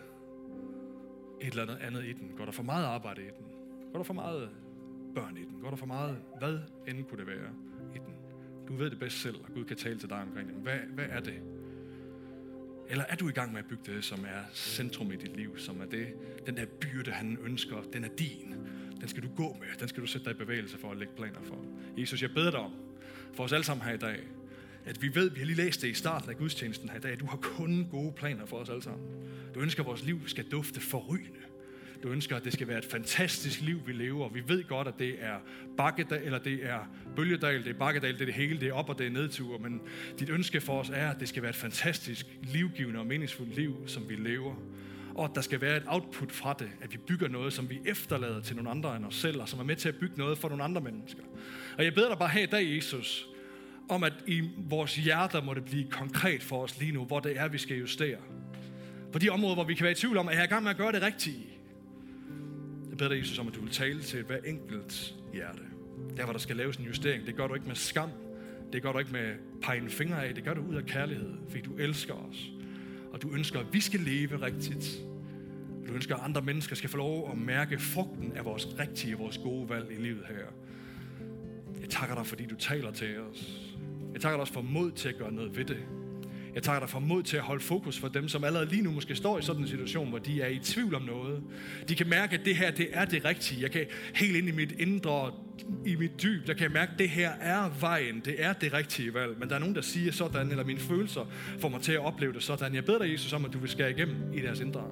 Speaker 1: et eller andet andet i den? Går der for meget arbejde i den? Går der for meget børn i den? Går der for meget, hvad end kunne det være i den? Du ved det bedst selv, og Gud kan tale til dig omkring det. Hvad, hvad er det? Eller er du i gang med at bygge det, som er centrum i dit liv, som er det, den der byrde, han ønsker, den er din. Den skal du gå med, den skal du sætte dig i bevægelse for at lægge planer for. Jesus, jeg beder dig om, for os alle sammen her i dag, at vi ved, vi har lige læst det i starten af gudstjenesten her i dag, at du har kun gode planer for os alle sammen. Du ønsker, at vores liv skal dufte forrygende. Du ønsker, at det skal være et fantastisk liv, vi lever. Vi ved godt, at det er bakkedal, eller det er bølgedal, det er bakkedal, det er det hele, det er op og det er nedtur. Men dit ønske for os er, at det skal være et fantastisk, livgivende og meningsfuldt liv, som vi lever. Og at der skal være et output fra det, at vi bygger noget, som vi efterlader til nogle andre end os selv, og som er med til at bygge noget for nogle andre mennesker. Og jeg beder dig bare her i dag, Jesus, om at i vores hjerter må det blive konkret for os lige nu, hvor det er, vi skal justere. På de områder, hvor vi kan være i tvivl om, at jeg er i gang med at gøre det rigtige. Jeg beder dig, Jesus, om at du vil tale til hver enkelt hjerte. Der, hvor der skal laves en justering, det gør du ikke med skam. Det gør du ikke med pegen fingre af. Det gør du ud af kærlighed, fordi du elsker os. Og du ønsker, at vi skal leve rigtigt. Du ønsker, at andre mennesker skal få lov at mærke frugten af vores rigtige, vores gode valg i livet her. Jeg takker dig, fordi du taler til os. Jeg takker dig også for mod til at gøre noget ved det. Jeg takker dig for mod til at holde fokus for dem, som allerede lige nu måske står i sådan en situation, hvor de er i tvivl om noget. De kan mærke, at det her, det er det rigtige. Jeg kan helt ind i mit indre, i mit dyb, der kan jeg mærke, at det her er vejen. Det er det rigtige valg. Men der er nogen, der siger sådan, eller mine følelser får mig til at opleve det sådan. Jeg beder dig, Jesus, om, at du vil skære igennem i deres indre.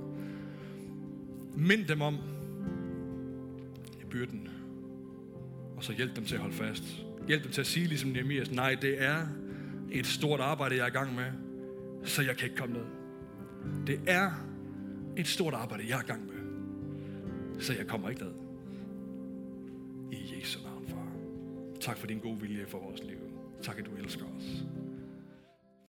Speaker 1: Mind dem om byrden. Og så hjælp dem til at holde fast. Hjælp dem til at sige, ligesom Nehemias, nej, det er et stort arbejde, jeg er i gang med, så jeg kan ikke komme ned. Det er et stort arbejde, jeg er i gang med, så jeg kommer ikke ned. I Jesu navn, far. Tak for din gode vilje for vores liv. Tak, at du elsker os.